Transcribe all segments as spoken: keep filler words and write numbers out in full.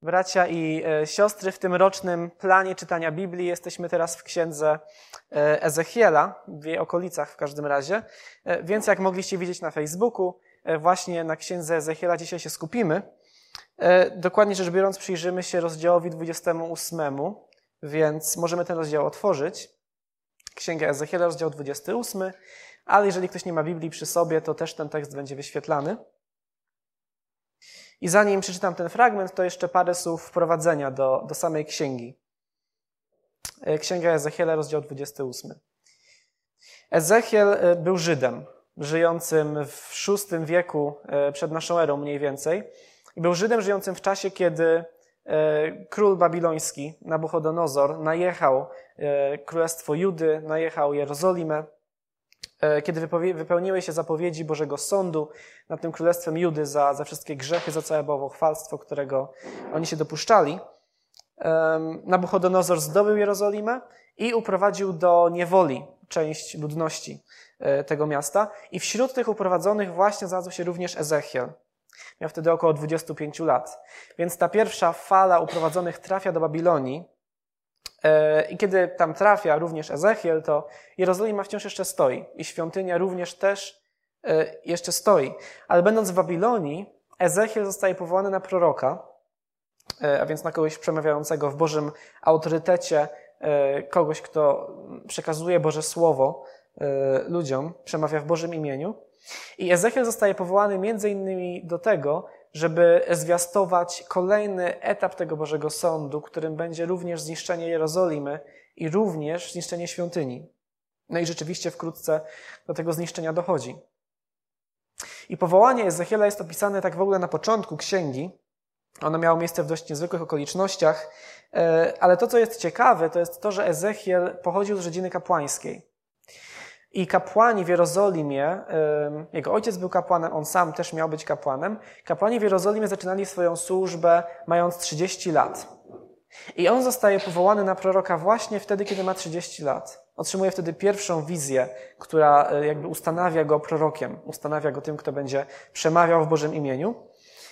Bracia i siostry, w tym rocznym planie czytania Biblii jesteśmy teraz w księdze Ezechiela, w jej okolicach w każdym razie. Więc jak mogliście widzieć na Facebooku, właśnie na księdze Ezechiela dzisiaj się skupimy. Dokładnie rzecz biorąc, przyjrzymy się rozdziałowi dwudziestemu ósmemu, więc możemy ten rozdział otworzyć. Księga Ezechiela, rozdział dwudziesty ósmy, ale jeżeli ktoś nie ma Biblii przy sobie, to też ten tekst będzie wyświetlany. I zanim przeczytam ten fragment, to jeszcze parę słów wprowadzenia do, do samej księgi. Księga Ezechiela, rozdział dwudziesty ósmy. Ezechiel był Żydem, żyjącym w szóstym wieku przed naszą erą mniej więcej. I był Żydem żyjącym w czasie, kiedy król babiloński, Nabuchodonozor, najechał królestwo Judy, najechał Jerozolimę. Kiedy wypełniły się zapowiedzi Bożego Sądu nad tym królestwem Judy za, za wszystkie grzechy, za całe bałwochwalstwo, którego oni się dopuszczali, Nabuchodonozor zdobył Jerozolimę i uprowadził do niewoli część ludności tego miasta. I wśród tych uprowadzonych właśnie znalazł się również Ezechiel. Miał wtedy około dwudziestu pięciu lat. Więc ta pierwsza fala uprowadzonych trafia do Babilonii. I kiedy tam trafia również Ezechiel, to Jerozolima wciąż jeszcze stoi i świątynia również też jeszcze stoi. Ale będąc w Babilonii, Ezechiel zostaje powołany na proroka, a więc na kogoś przemawiającego w Bożym autorytecie, kogoś, kto przekazuje Boże Słowo ludziom, przemawia w Bożym imieniu. I Ezechiel zostaje powołany między innymi do tego, żeby zwiastować kolejny etap tego Bożego Sądu, którym będzie również zniszczenie Jerozolimy i również zniszczenie świątyni. No i rzeczywiście wkrótce do tego zniszczenia dochodzi. I powołanie Ezechiela jest opisane tak w ogóle na początku księgi. Ono miało miejsce w dość niezwykłych okolicznościach, ale to, co jest ciekawe, to jest to, że Ezechiel pochodził z rodziny kapłańskiej. I kapłani w Jerozolimie, jego ojciec był kapłanem, on sam też miał być kapłanem. Kapłani w Jerozolimie zaczynali swoją służbę mając trzydzieści lat. I on zostaje powołany na proroka właśnie wtedy, kiedy ma trzydzieści lat. Otrzymuje wtedy pierwszą wizję, która jakby ustanawia go prorokiem, ustanawia go tym, kto będzie przemawiał w Bożym imieniu.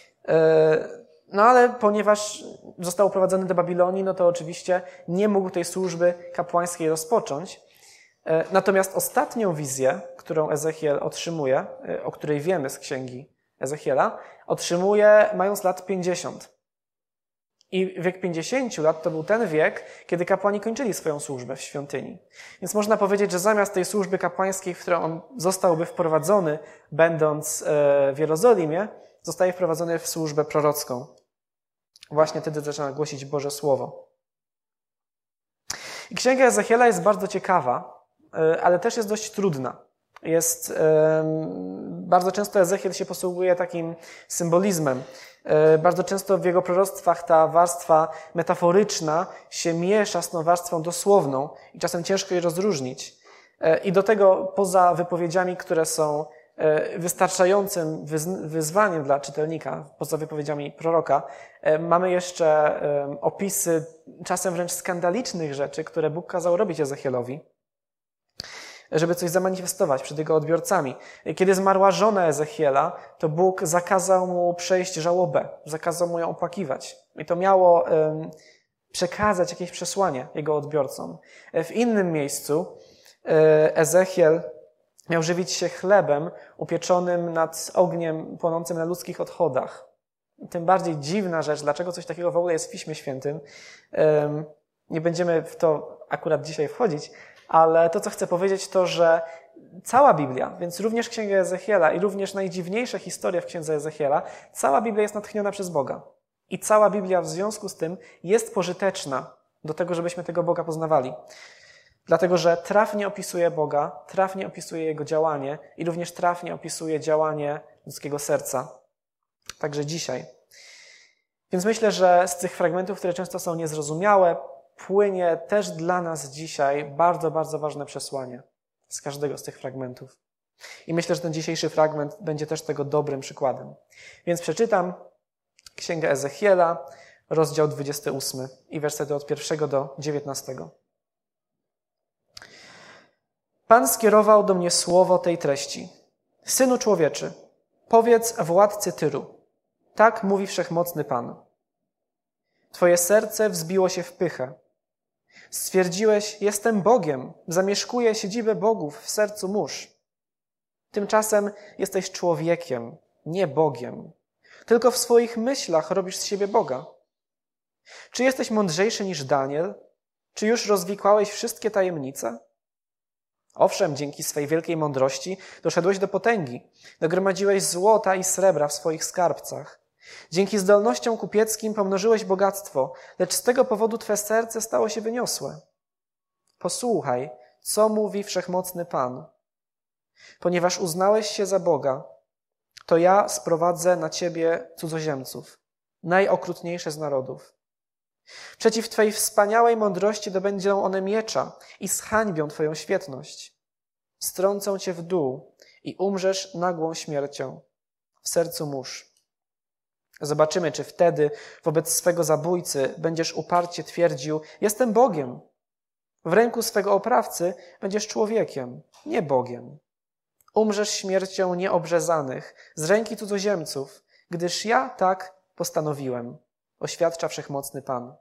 No ale ponieważ został uprowadzony do Babilonii, no to oczywiście nie mógł tej służby kapłańskiej rozpocząć. Natomiast ostatnią wizję, którą Ezechiel otrzymuje, o której wiemy z księgi Ezechiela, otrzymuje mając lat pięćdziesiąt. I wiek pięćdziesięciu lat to był ten wiek, kiedy kapłani kończyli swoją służbę w świątyni. Więc można powiedzieć, że zamiast tej służby kapłańskiej, w którą on zostałby wprowadzony, będąc w Jerozolimie, zostaje wprowadzony w służbę prorocką. Właśnie wtedy zaczyna głosić Boże Słowo. I księga Ezechiela jest bardzo ciekawa, ale też jest dość trudna. Jest, bardzo często Ezechiel się posługuje takim symbolizmem. Bardzo często w jego proroctwach ta warstwa metaforyczna się miesza z tą warstwą dosłowną i czasem ciężko je rozróżnić. I do tego poza wypowiedziami, które są wystarczającym wyzwaniem dla czytelnika, poza wypowiedziami proroka, mamy jeszcze opisy czasem wręcz skandalicznych rzeczy, które Bóg kazał robić Ezechielowi, żeby coś zamanifestować przed jego odbiorcami. Kiedy zmarła żona Ezechiela, to Bóg zakazał mu przejść żałobę, zakazał mu ją opłakiwać. I to miało um, przekazać jakieś przesłanie jego odbiorcom. W innym miejscu Ezechiel miał żywić się chlebem upieczonym nad ogniem płonącym na ludzkich odchodach. Tym bardziej dziwna rzecz, dlaczego coś takiego w ogóle jest w Piśmie Świętym. Um, nie będziemy w to akurat dzisiaj wchodzić, ale to, co chcę powiedzieć, to, że cała Biblia, więc również Księga Ezechiela i również najdziwniejsze historie w Księdze Ezechiela, cała Biblia jest natchniona przez Boga. I cała Biblia w związku z tym jest pożyteczna do tego, żebyśmy tego Boga poznawali. Dlatego, że trafnie opisuje Boga, trafnie opisuje Jego działanie i również trafnie opisuje działanie ludzkiego serca. Także dzisiaj. Więc myślę, że z tych fragmentów, które często są niezrozumiałe, płynie też dla nas dzisiaj bardzo, bardzo ważne przesłanie z każdego z tych fragmentów. I myślę, że ten dzisiejszy fragment będzie też tego dobrym przykładem. Więc przeczytam Księgę Ezechiela, rozdział dwudziesty ósmy i wersety od pierwszego do dziewiętnastego. Pan skierował do mnie słowo tej treści. Synu człowieczy, powiedz władcy Tyru. Tak mówi Wszechmocny Pan. Twoje serce wzbiło się w pychę. Stwierdziłeś, jestem Bogiem, zamieszkuję siedzibę bogów w sercu mórz. Tymczasem jesteś człowiekiem, nie Bogiem. Tylko w swoich myślach robisz z siebie Boga. Czy jesteś mądrzejszy niż Daniel? Czy już rozwikłałeś wszystkie tajemnice? Owszem, dzięki swej wielkiej mądrości doszedłeś do potęgi. Nagromadziłeś złota i srebra w swoich skarbcach. Dzięki zdolnościom kupieckim pomnożyłeś bogactwo, lecz z tego powodu twe serce stało się wyniosłe. Posłuchaj, co mówi Wszechmocny Pan. Ponieważ uznałeś się za Boga, to ja sprowadzę na ciebie cudzoziemców, najokrutniejsze z narodów. Przeciw Twej wspaniałej mądrości dobędą one miecza i zhańbią Twoją świetność. Strącą Cię w dół i umrzesz nagłą śmiercią w sercu mórz. Zobaczymy, czy wtedy wobec swego zabójcy będziesz uparcie twierdził, jestem Bogiem. W ręku swego oprawcy będziesz człowiekiem, nie Bogiem. Umrzesz śmiercią nieobrzezanych z ręki cudzoziemców, gdyż ja tak postanowiłem, oświadcza Wszechmocny Pan.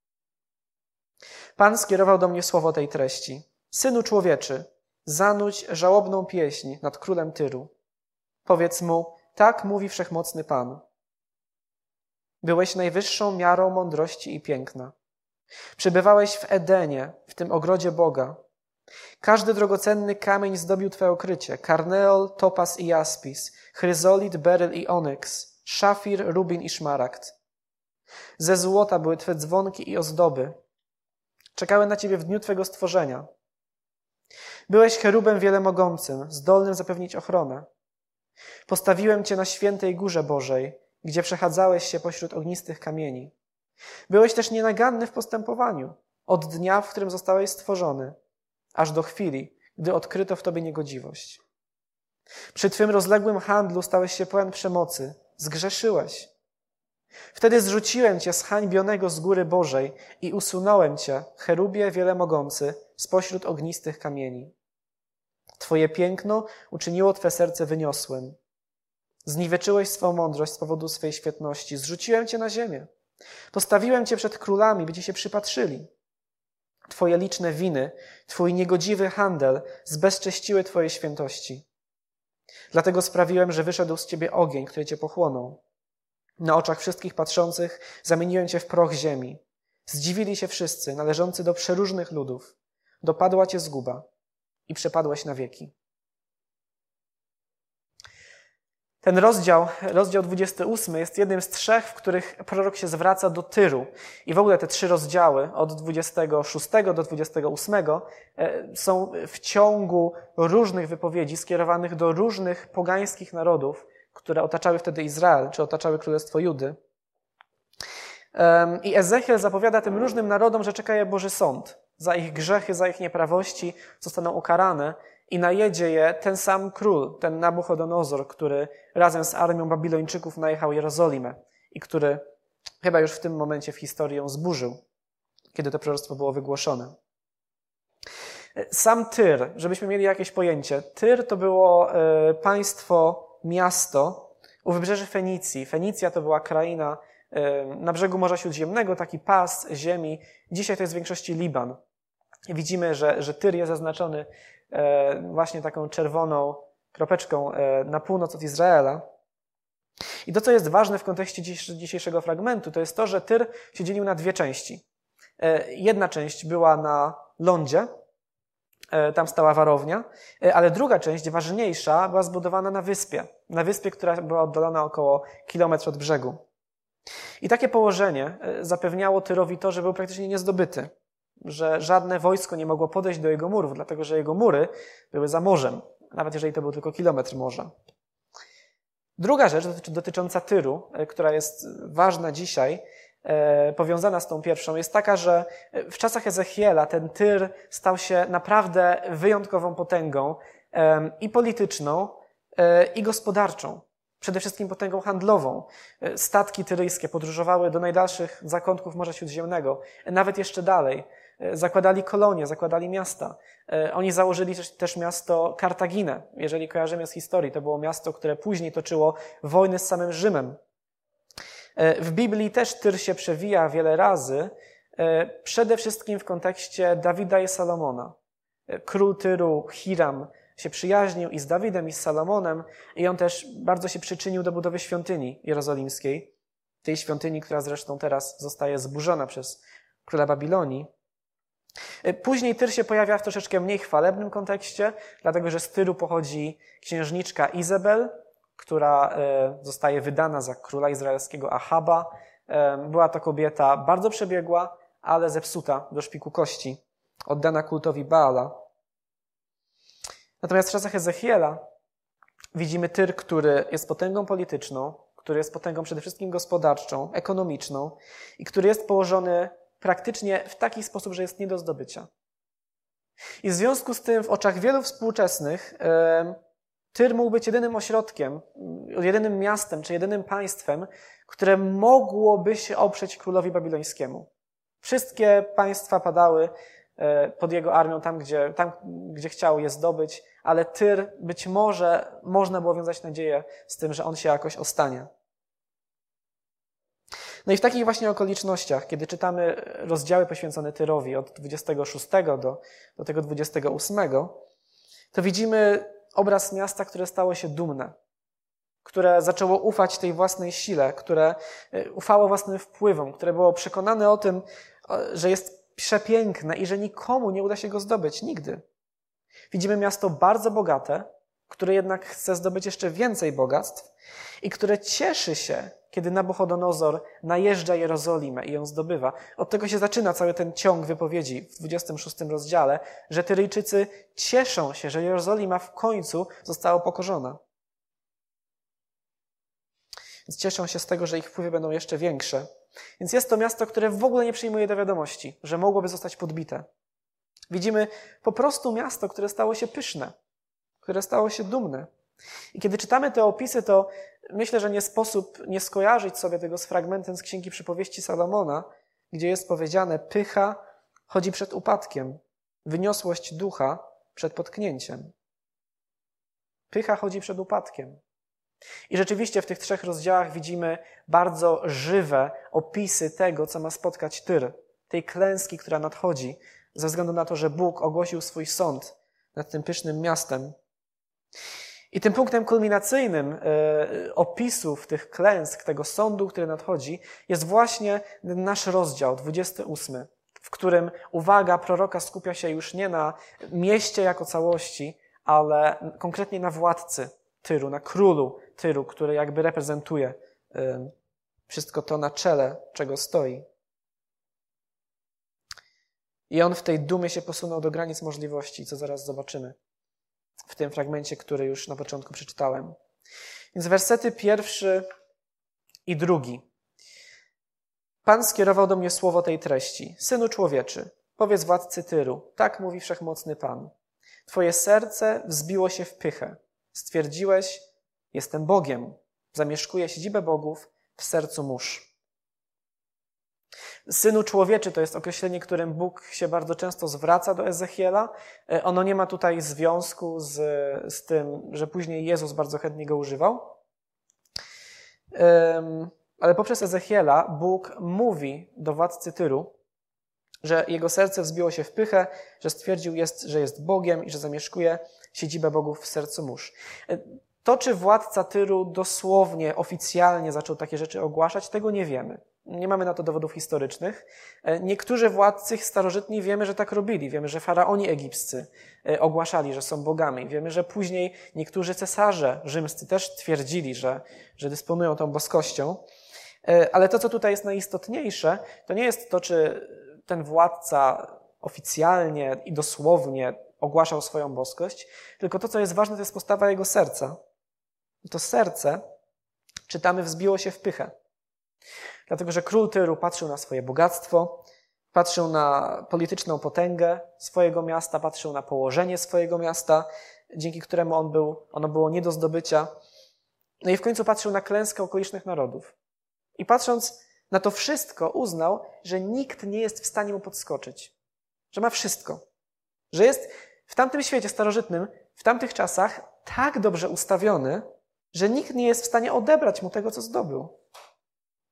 Pan skierował do mnie słowo tej treści. Synu człowieczy, zanudź żałobną pieśń nad królem Tyru. Powiedz mu, tak mówi Wszechmocny Pan. Byłeś najwyższą miarą mądrości i piękna. Przebywałeś w Edenie, w tym ogrodzie Boga. Każdy drogocenny kamień zdobił Twe okrycie. Karneol, topaz i jaspis, chryzolit, beryl i onyks, szafir, rubin i szmaragd. Ze złota były Twe dzwonki i ozdoby. Czekały na Ciebie w dniu Twego stworzenia. Byłeś cherubem wielemogącym, zdolnym zapewnić ochronę. Postawiłem Cię na świętej górze Bożej, gdzie przechadzałeś się pośród ognistych kamieni. Byłeś też nienaganny w postępowaniu, od dnia, w którym zostałeś stworzony, aż do chwili, gdy odkryto w Tobie niegodziwość. Przy Twym rozległym handlu stałeś się pełen przemocy, zgrzeszyłeś. Wtedy zrzuciłem Cię zhańbionego z góry Bożej i usunąłem Cię, cherubie wielemogący, spośród ognistych kamieni. Twoje piękno uczyniło Twe serce wyniosłym. Zniweczyłeś swą mądrość z powodu swej świetności. Zrzuciłem Cię na ziemię. Postawiłem Cię przed królami, by Ci się przypatrzyli. Twoje liczne winy, Twój niegodziwy handel zbezcześciły Twojej świętości. Dlatego sprawiłem, że wyszedł z Ciebie ogień, który Cię pochłonął. Na oczach wszystkich patrzących zamieniłem Cię w proch ziemi. Zdziwili się wszyscy, należący do przeróżnych ludów. Dopadła Cię zguba i przepadłeś na wieki. Ten rozdział, rozdział dwudziesty ósmy, jest jednym z trzech, w których prorok się zwraca do Tyru. I w ogóle te trzy rozdziały, od dwudziestego szóstego do dwudziestego ósmego, są w ciągu różnych wypowiedzi skierowanych do różnych pogańskich narodów, które otaczały wtedy Izrael, czy otaczały Królestwo Judy. I Ezechiel zapowiada tym różnym narodom, że czeka je Boży sąd. Za ich grzechy, za ich nieprawości zostaną ukarane i najedzie je ten sam król, ten Nabuchodonozor, który razem z armią Babilończyków najechał Jerozolimę i który chyba już w tym momencie w historii ją zburzył, kiedy to proroctwo było wygłoszone. Sam Tyr, żebyśmy mieli jakieś pojęcie. Tyr to było państwo, miasto u wybrzeży Fenicji. Fenicja to była kraina na brzegu Morza Śródziemnego, taki pas ziemi. Dzisiaj to jest w większości Liban. Widzimy, że, że Tyr jest zaznaczony właśnie taką czerwoną kropeczką na północ od Izraela. I to, co jest ważne w kontekście dzisiejszego fragmentu, to jest to, że Tyr się dzielił na dwie części. Jedna część była na lądzie, tam stała warownia, ale druga część, ważniejsza, była zbudowana na wyspie. Na wyspie, która była oddalona około kilometr od brzegu. I takie położenie zapewniało Tyrowi to, że był praktycznie niezdobyty, że żadne wojsko nie mogło podejść do jego murów, dlatego że jego mury były za morzem, nawet jeżeli to był tylko kilometr morza. Druga rzecz dotycząca Tyru, która jest ważna dzisiaj, powiązana z tą pierwszą, jest taka, że w czasach Ezechiela ten Tyr stał się naprawdę wyjątkową potęgą i polityczną, i gospodarczą. Przede wszystkim potęgą handlową. Statki tyryjskie podróżowały do najdalszych zakątków Morza Śródziemnego, nawet jeszcze dalej. Zakładali kolonie, zakładali miasta. Oni założyli też, też miasto Kartaginę. Jeżeli kojarzymy z historii, to było miasto, które później toczyło wojny z samym Rzymem. W Biblii też Tyr się przewija wiele razy, przede wszystkim w kontekście Dawida i Salomona. Król Tyru, Hiram, się przyjaźnił i z Dawidem, i z Salomonem i on też bardzo się przyczynił do budowy świątyni jerozolimskiej, tej świątyni, która zresztą teraz zostaje zburzona przez króla Babilonii. Później Tyr się pojawia w troszeczkę mniej chwalebnym kontekście, dlatego że z Tyru pochodzi księżniczka Izabel, która zostaje wydana za króla izraelskiego Ahaba. Była to kobieta bardzo przebiegła, ale zepsuta do szpiku kości, oddana kultowi Baala. Natomiast w czasach Ezechiela widzimy Tyr, który jest potęgą polityczną, który jest potęgą przede wszystkim gospodarczą, ekonomiczną i który jest położony praktycznie w taki sposób, że jest nie do zdobycia. I w związku z tym w oczach wielu współczesnych Tyr mógł być jedynym ośrodkiem, jedynym miastem czy jedynym państwem, które mogłoby się oprzeć królowi babilońskiemu. Wszystkie państwa padały pod jego armią tam, gdzie, tam, gdzie chciał je zdobyć, ale Tyr być może można było wiązać nadzieję z tym, że on się jakoś ostanie. No i w takich właśnie okolicznościach, kiedy czytamy rozdziały poświęcone Tyrowi od dwudziestego szóstego do, do tego dwudziestego ósmego, to widzimy obraz miasta, które stało się dumne, które zaczęło ufać tej własnej sile, które ufało własnym wpływom, które było przekonane o tym, że jest przepiękne i że nikomu nie uda się go zdobyć, nigdy. Widzimy miasto bardzo bogate, które jednak chce zdobyć jeszcze więcej bogactw i które cieszy się, kiedy Nabuchodonozor najeżdża Jerozolimę i ją zdobywa. Od tego się zaczyna cały ten ciąg wypowiedzi w dwudziestym szóstym rozdziale, że Tyryjczycy cieszą się, że Jerozolima w końcu została pokorzona. Więc cieszą się z tego, że ich wpływy będą jeszcze większe. Więc jest to miasto, które w ogóle nie przyjmuje do wiadomości, że mogłoby zostać podbite. Widzimy po prostu miasto, które stało się pyszne, które stało się dumne. I kiedy czytamy te opisy, to myślę, że nie sposób nie skojarzyć sobie tego z fragmentem z Księgi Przypowieści Salomona, gdzie jest powiedziane: pycha chodzi przed upadkiem, wyniosłość ducha przed potknięciem. Pycha chodzi przed upadkiem. I rzeczywiście w tych trzech rozdziałach widzimy bardzo żywe opisy tego, co ma spotkać Tyr, tej klęski, która nadchodzi, ze względu na to, że Bóg ogłosił swój sąd nad tym pysznym miastem. I tym punktem kulminacyjnym y, opisów tych klęsk, tego sądu, który nadchodzi, jest właśnie nasz rozdział dwudziesty ósmy, w którym uwaga proroka skupia się już nie na mieście jako całości, ale konkretnie na władcy Tyru, na królu Tyru, który jakby reprezentuje y, wszystko to, na czele czego stoi. I on w tej dumie się posunął do granic możliwości, co zaraz zobaczymy w tym fragmencie, który już na początku przeczytałem. Więc wersety pierwszy i drugi. Pan skierował do mnie słowo tej treści. Synu człowieczy, powiedz władcy Tyru, tak mówi wszechmocny Pan. Twoje serce wzbiło się w pychę. Stwierdziłeś, jestem Bogiem. Zamieszkuję siedzibę bogów w sercu mórz. Synu człowieczy to jest określenie, którym Bóg się bardzo często zwraca do Ezechiela. Ono nie ma tutaj związku z, z tym, że później Jezus bardzo chętnie go używał. Ale poprzez Ezechiela Bóg mówi do władcy Tyru, że jego serce wzbiło się w pychę, że stwierdził, jest, że jest Bogiem i że zamieszkuje siedzibę bogów w sercu mórz. To, czy władca Tyru dosłownie, oficjalnie zaczął takie rzeczy ogłaszać, tego nie wiemy. Nie mamy na to dowodów historycznych. Niektórzy władcy starożytni wiemy, że tak robili. Wiemy, że faraoni egipscy ogłaszali, że są bogami. Wiemy, że później niektórzy cesarze rzymscy też twierdzili, że, że dysponują tą boskością. Ale to, co tutaj jest najistotniejsze, to nie jest to, czy ten władca oficjalnie i dosłownie ogłaszał swoją boskość, tylko to, co jest ważne, to jest postawa jego serca. To serce, czytamy, wzbiło się w pychę. Dlatego, że król Tyru patrzył na swoje bogactwo, patrzył na polityczną potęgę swojego miasta, patrzył na położenie swojego miasta, dzięki któremu on był, ono było nie do zdobycia. No i w końcu patrzył na klęskę okolicznych narodów. I patrząc na to wszystko uznał, że nikt nie jest w stanie mu podskoczyć. Że ma wszystko. Że jest w tamtym świecie starożytnym, w tamtych czasach tak dobrze ustawiony, że nikt nie jest w stanie odebrać mu tego, co zdobył.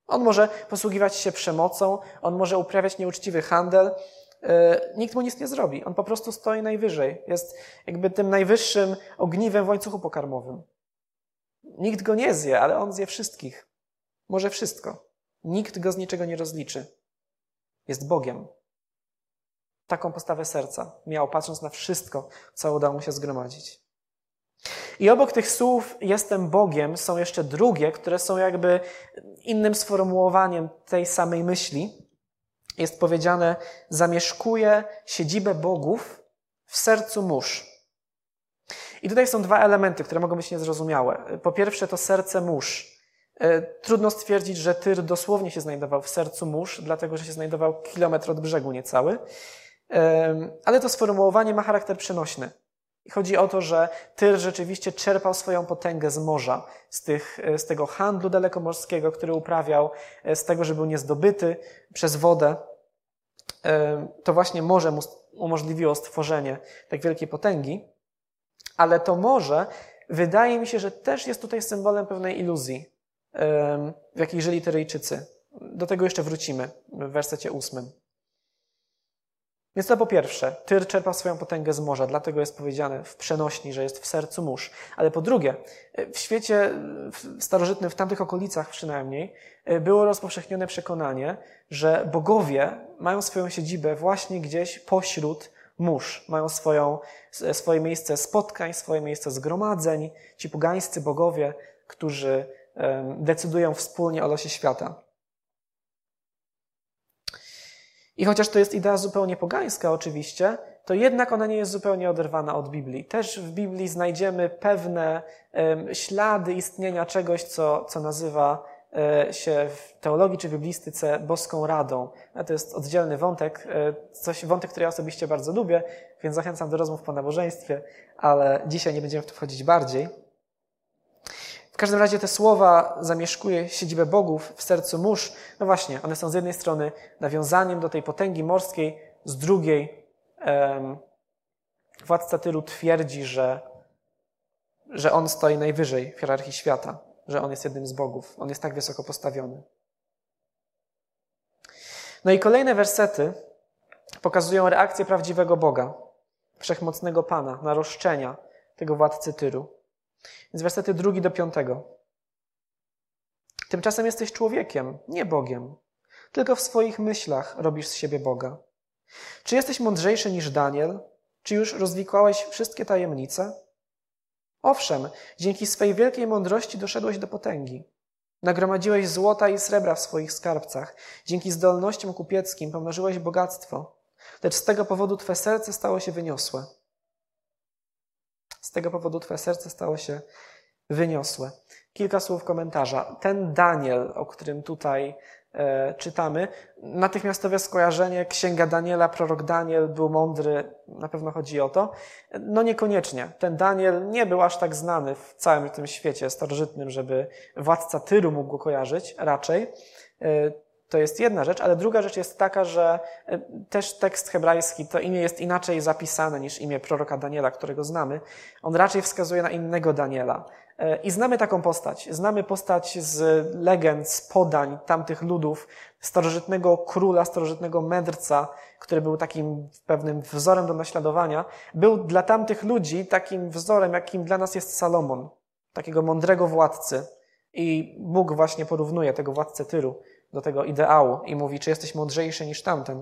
On może posługiwać się przemocą, on może uprawiać nieuczciwy handel. Nikt mu nic nie zrobi. On po prostu stoi najwyżej. Jest jakby tym najwyższym ogniwem w łańcuchu pokarmowym. Nikt go nie zje, ale on zje wszystkich. Może wszystko. Nikt go z niczego nie rozliczy. Jest Bogiem. Taką postawę serca miał, patrząc na wszystko, co udało mu się zgromadzić. I obok tych słów jestem Bogiem są jeszcze drugie, które są jakby innym sformułowaniem tej samej myśli. Jest powiedziane, zamieszkuje siedzibę bogów w sercu mórz. I tutaj są dwa elementy, które mogą być niezrozumiałe. Po pierwsze to serce mórz. Trudno stwierdzić, że Tyr dosłownie się znajdował w sercu mórz, dlatego że się znajdował kilometr od brzegu niecały. Ale to sformułowanie ma charakter przenośny. I chodzi o to, że Tyr rzeczywiście czerpał swoją potęgę z morza, z, tych, z tego handlu dalekomorskiego, który uprawiał, z tego, że był niezdobyty przez wodę. To właśnie morze mu umożliwiło stworzenie tak wielkiej potęgi. Ale to morze, wydaje mi się, że też jest tutaj symbolem pewnej iluzji, w jakiej żyli Tyryjczycy. Do tego jeszcze wrócimy w wersecie ósmym. Więc to po pierwsze, Tyr czerpał swoją potęgę z morza, dlatego jest powiedziane w przenośni, że jest w sercu mórz. Ale po drugie, w świecie starożytnym, w tamtych okolicach przynajmniej, było rozpowszechnione przekonanie, że bogowie mają swoją siedzibę właśnie gdzieś pośród mórz. Mają swoją, swoje miejsce spotkań, swoje miejsce zgromadzeń, ci pogańscy bogowie, którzy decydują wspólnie o losie świata. I chociaż to jest idea zupełnie pogańska oczywiście, to jednak ona nie jest zupełnie oderwana od Biblii. Też w Biblii znajdziemy pewne um, ślady istnienia czegoś, co, co nazywa e, się w teologii czy biblistyce boską radą. A to jest oddzielny wątek, e, coś, wątek, który ja osobiście bardzo lubię, więc zachęcam do rozmów po nabożeństwie, ale dzisiaj nie będziemy w to wchodzić bardziej. W każdym razie te słowa zamieszkuje siedzibę bogów w sercu mórz. No właśnie, one są z jednej strony nawiązaniem do tej potęgi morskiej, z drugiej um, władca Tyru twierdzi, że, że on stoi najwyżej w hierarchii świata, że on jest jednym z bogów. On jest tak wysoko postawiony. No i kolejne wersety pokazują reakcję prawdziwego Boga, wszechmocnego Pana, na roszczenia tego władcy Tyru. Więc wersety drugi do piątego. Tymczasem jesteś człowiekiem, nie Bogiem. Tylko w swoich myślach robisz z siebie Boga. Czy jesteś mądrzejszy niż Daniel? Czy już rozwikłałeś wszystkie tajemnice? Owszem, dzięki swej wielkiej mądrości doszedłeś do potęgi. Nagromadziłeś złota i srebra w swoich skarbcach. Dzięki zdolnościom kupieckim pomnożyłeś bogactwo. Lecz z tego powodu twe serce stało się wyniosłe. Z tego powodu twoje serce stało się wyniosłe. Kilka słów komentarza. Ten Daniel, o którym tutaj e, czytamy, natychmiastowe skojarzenie, księga Daniela, prorok Daniel był mądry, na pewno chodzi o to. No niekoniecznie. Ten Daniel nie był aż tak znany w całym tym świecie starożytnym, żeby władca Tyru mógł go kojarzyć, raczej. E, To jest jedna rzecz, ale druga rzecz jest taka, że też tekst hebrajski, to imię jest inaczej zapisane niż imię proroka Daniela, którego znamy. On raczej wskazuje na innego Daniela. I znamy taką postać. Znamy postać z legend, z podań tamtych ludów, starożytnego króla, starożytnego mędrca, który był takim pewnym wzorem do naśladowania. Był dla tamtych ludzi takim wzorem, jakim dla nas jest Salomon, takiego mądrego władcy. I Bóg właśnie porównuje tego władcę Tyru do tego ideału i mówi, czy jesteś mądrzejszy niż tamten.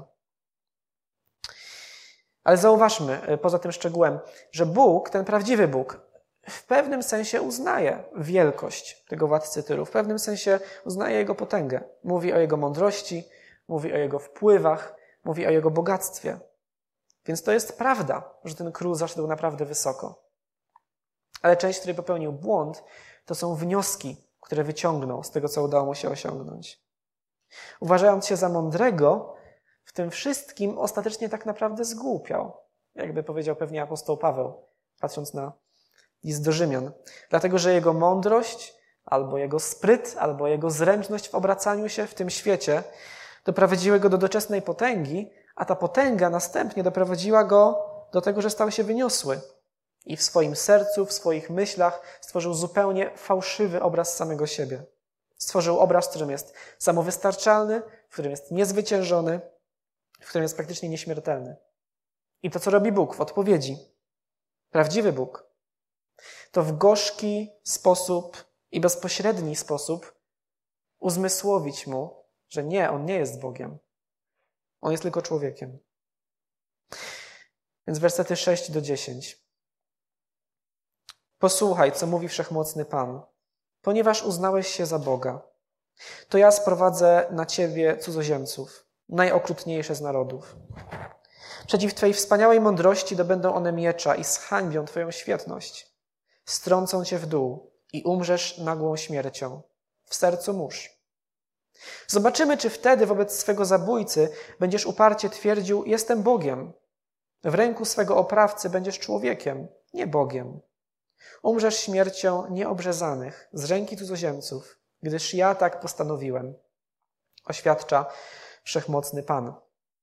Ale zauważmy, poza tym szczegółem, że Bóg, ten prawdziwy Bóg, w pewnym sensie uznaje wielkość tego władcy Tyru, w pewnym sensie uznaje jego potęgę. Mówi o jego mądrości, mówi o jego wpływach, mówi o jego bogactwie. Więc to jest prawda, że ten król zaszedł naprawdę wysoko. Ale część, w której popełnił błąd, to są wnioski, które wyciągnął z tego, co udało mu się osiągnąć. Uważając się za mądrego, w tym wszystkim ostatecznie tak naprawdę zgłupiał. Jakby powiedział pewnie apostoł Paweł, patrząc na list do Rzymian. Dlatego, że jego mądrość, albo jego spryt, albo jego zręczność w obracaniu się w tym świecie doprowadziły go do doczesnej potęgi, a ta potęga następnie doprowadziła go do tego, że stał się wyniosły. I w swoim sercu, w swoich myślach stworzył zupełnie fałszywy obraz samego siebie. Stworzył obraz, w którym jest samowystarczalny, w którym jest niezwyciężony, w którym jest praktycznie nieśmiertelny. I to, co robi Bóg w odpowiedzi, prawdziwy Bóg, to w gorzki sposób i bezpośredni sposób uzmysłowić mu, że nie, on nie jest Bogiem. On jest tylko człowiekiem. Więc wersety sześć do dziesięć. Posłuchaj, co mówi wszechmocny Pan. Ponieważ uznałeś się za Boga, to ja sprowadzę na ciebie cudzoziemców, najokrutniejsze z narodów. Przeciw Twej wspaniałej mądrości dobędą one miecza i zhańbią Twoją świetność. Strącą Cię w dół i umrzesz nagłą śmiercią. W sercu mórz. Zobaczymy, czy wtedy wobec swego zabójcy będziesz uparcie twierdził, jestem Bogiem. W ręku swego oprawcy będziesz człowiekiem, nie Bogiem. Umrzesz śmiercią nieobrzezanych z ręki cudzoziemców, gdyż ja tak postanowiłem. Oświadcza wszechmocny Pan.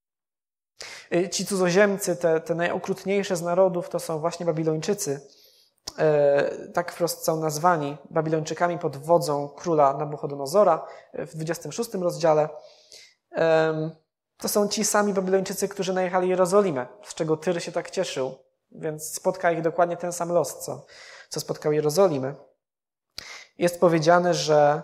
Ci cudzoziemcy, te, te najokrutniejsze z narodów, to są właśnie Babilończycy. E, tak wprost są nazwani Babilończykami pod wodzą króla Nabuchodonozora w dwudziestym szóstym rozdziale. E, to są ci sami Babilończycy, którzy najechali Jerozolimę, z czego Tyr się tak cieszył, więc spotka ich dokładnie ten sam los, co, co spotkał Jerozolimę. Jest powiedziane, że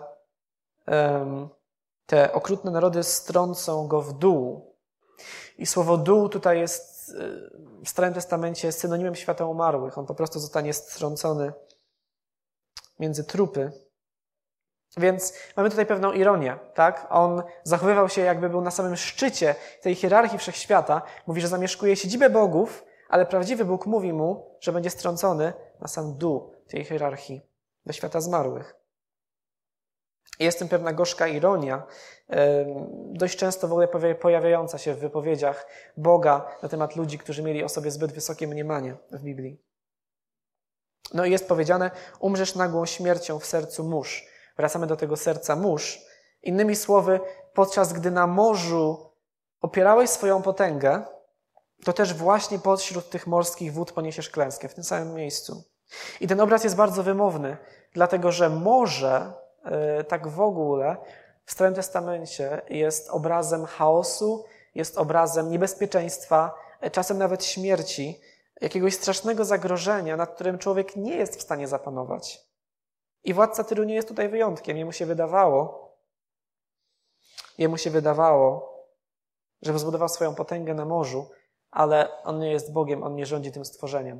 e, te okrutne narody strącą go w dół. I słowo dół tutaj jest w Starym Testamencie synonimem świata umarłych. On po prostu zostanie strącony między trupy. Więc mamy tutaj pewną ironię, tak? On zachowywał się, jakby był na samym szczycie tej hierarchii wszechświata. Mówi, że zamieszkuje siedzibę bogów, ale prawdziwy Bóg mówi mu, że będzie strącony na sam dół tej hierarchii do świata zmarłych. Jest w tym pewna gorzka ironia, dość często w ogóle pojawiająca się w wypowiedziach Boga na temat ludzi, którzy mieli o sobie zbyt wysokie mniemanie w Biblii. No i jest powiedziane, umrzesz nagłą śmiercią w sercu mórz. Wracamy do tego serca mórz. Innymi słowy, podczas gdy na morzu opierałeś swoją potęgę, to też właśnie pośród tych morskich wód poniesiesz klęskę, w tym samym miejscu. I ten obraz jest bardzo wymowny, dlatego że morze, tak w ogóle, w Starym Testamencie jest obrazem chaosu, jest obrazem niebezpieczeństwa, czasem nawet śmierci, jakiegoś strasznego zagrożenia, nad którym człowiek nie jest w stanie zapanować. I władca Tyru nie jest tutaj wyjątkiem. Jemu się wydawało, jemu się wydawało, że zbudował swoją potęgę na morzu, ale on nie jest Bogiem, on nie rządzi tym stworzeniem.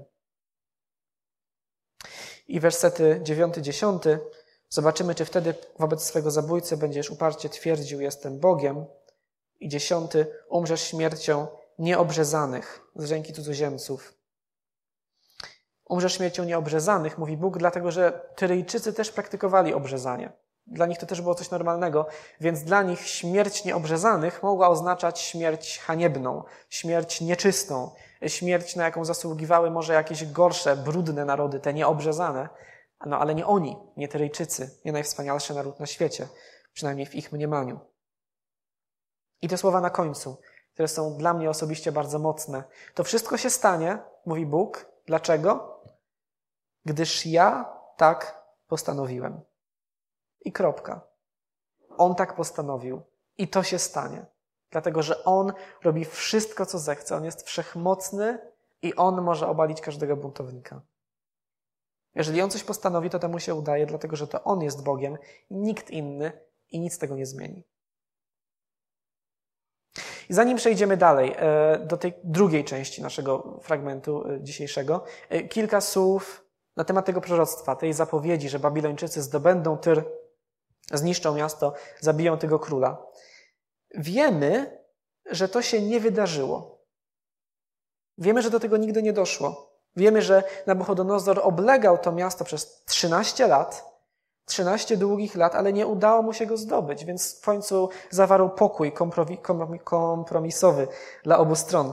I wersety dziewiąty, dziesiąty. Zobaczymy, czy wtedy wobec swego zabójcy będziesz uparcie twierdził, jestem Bogiem. I dziesiąty, umrzesz śmiercią nieobrzezanych z ręki cudzoziemców. Umrzesz śmiercią nieobrzezanych, mówi Bóg, dlatego że Tyryjczycy też praktykowali obrzezanie. Dla nich to też było coś normalnego, więc dla nich śmierć nieobrzezanych mogła oznaczać śmierć haniebną, śmierć nieczystą, śmierć, na jaką zasługiwały może jakieś gorsze, brudne narody, te nieobrzezane. No ale nie oni, nie Tyryjczycy, nie najwspanialszy naród na świecie, przynajmniej w ich mniemaniu. I te słowa na końcu, które są dla mnie osobiście bardzo mocne. To wszystko się stanie, mówi Bóg. Dlaczego? Gdyż ja tak postanowiłem. I kropka. On tak postanowił. I to się stanie. Dlatego, że On robi wszystko, co zechce. On jest wszechmocny i On może obalić każdego buntownika. Jeżeli On coś postanowi, to temu się udaje, dlatego że to On jest Bogiem, nikt inny i nic tego nie zmieni. I zanim przejdziemy dalej do tej drugiej części naszego fragmentu dzisiejszego, kilka słów na temat tego proroctwa, tej zapowiedzi, że Babilończycy zdobędą Tyr, zniszczą miasto, zabiją tego króla. Wiemy, że to się nie wydarzyło. Wiemy, że do tego nigdy nie doszło. Wiemy, że Nabuchodonozor oblegał to miasto przez trzynaście lat, trzynaście długich lat, ale nie udało mu się go zdobyć, więc w końcu zawarł pokój kompromisowy dla obu stron.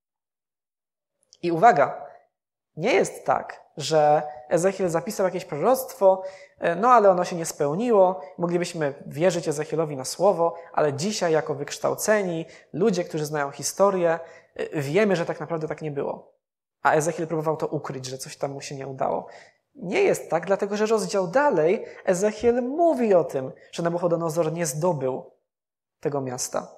I uwaga, nie jest tak, że Ezechiel zapisał jakieś proroctwo, no ale ono się nie spełniło, moglibyśmy wierzyć Ezechielowi na słowo, ale dzisiaj jako wykształceni ludzie, którzy znają historię, wiemy, że tak naprawdę tak nie było. A Ezechiel próbował to ukryć, że coś tam mu się nie udało. Nie jest tak, dlatego że rozdział dalej Ezechiel mówi o tym, że Nabuchodonozor nie zdobył tego miasta.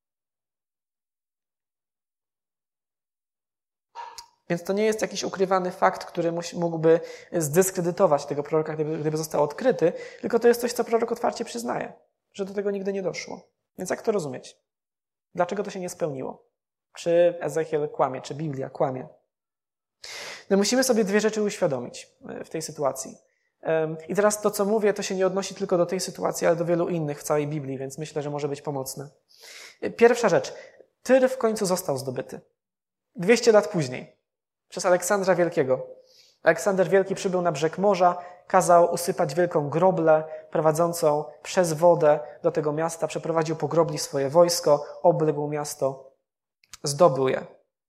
Więc to nie jest jakiś ukrywany fakt, który mógłby zdyskredytować tego proroka, gdyby, gdyby został odkryty, tylko to jest coś, co prorok otwarcie przyznaje, że do tego nigdy nie doszło. Więc jak to rozumieć? Dlaczego to się nie spełniło? Czy Ezechiel kłamie, czy Biblia kłamie? No musimy sobie dwie rzeczy uświadomić w tej sytuacji. I teraz to, co mówię, to się nie odnosi tylko do tej sytuacji, ale do wielu innych w całej Biblii, więc myślę, że może być pomocne. Pierwsza rzecz. Tyr w końcu został zdobyty. dwieście lat później. Przez Aleksandra Wielkiego. Aleksander Wielki przybył na brzeg morza, kazał usypać wielką groblę prowadzącą przez wodę do tego miasta, przeprowadził po grobli swoje wojsko, obległ miasto, zdobył je.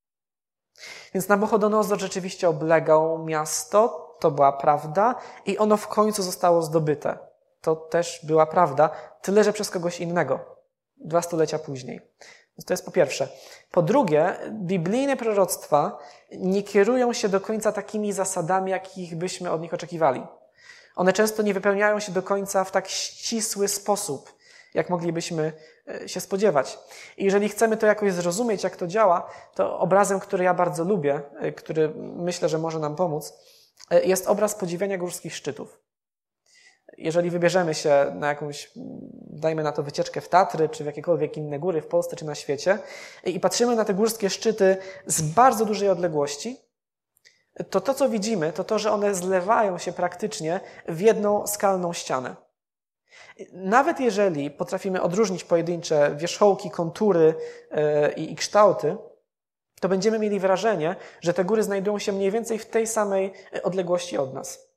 Więc Nabuchodonozor rzeczywiście oblegał miasto, to była prawda, i ono w końcu zostało zdobyte. To też była prawda, tyle że przez kogoś innego, dwa stulecia później. Więc to jest po pierwsze. Po drugie, biblijne proroctwa nie kierują się do końca takimi zasadami, jakich byśmy od nich oczekiwali. One często nie wypełniają się do końca w tak ścisły sposób, jak moglibyśmy się spodziewać. I jeżeli chcemy to jakoś zrozumieć, jak to działa, to obrazem, który ja bardzo lubię, który myślę, że może nam pomóc, jest obraz podziwiania górskich szczytów. Jeżeli wybierzemy się na jakąś, dajmy na to wycieczkę w Tatry, czy w jakiekolwiek inne góry w Polsce, czy na świecie i patrzymy na te górskie szczyty z bardzo dużej odległości, to to, co widzimy, to to, że one zlewają się praktycznie w jedną skalną ścianę. Nawet jeżeli potrafimy odróżnić pojedyncze wierzchołki, kontury i kształty, to będziemy mieli wrażenie, że te góry znajdują się mniej więcej w tej samej odległości od nas.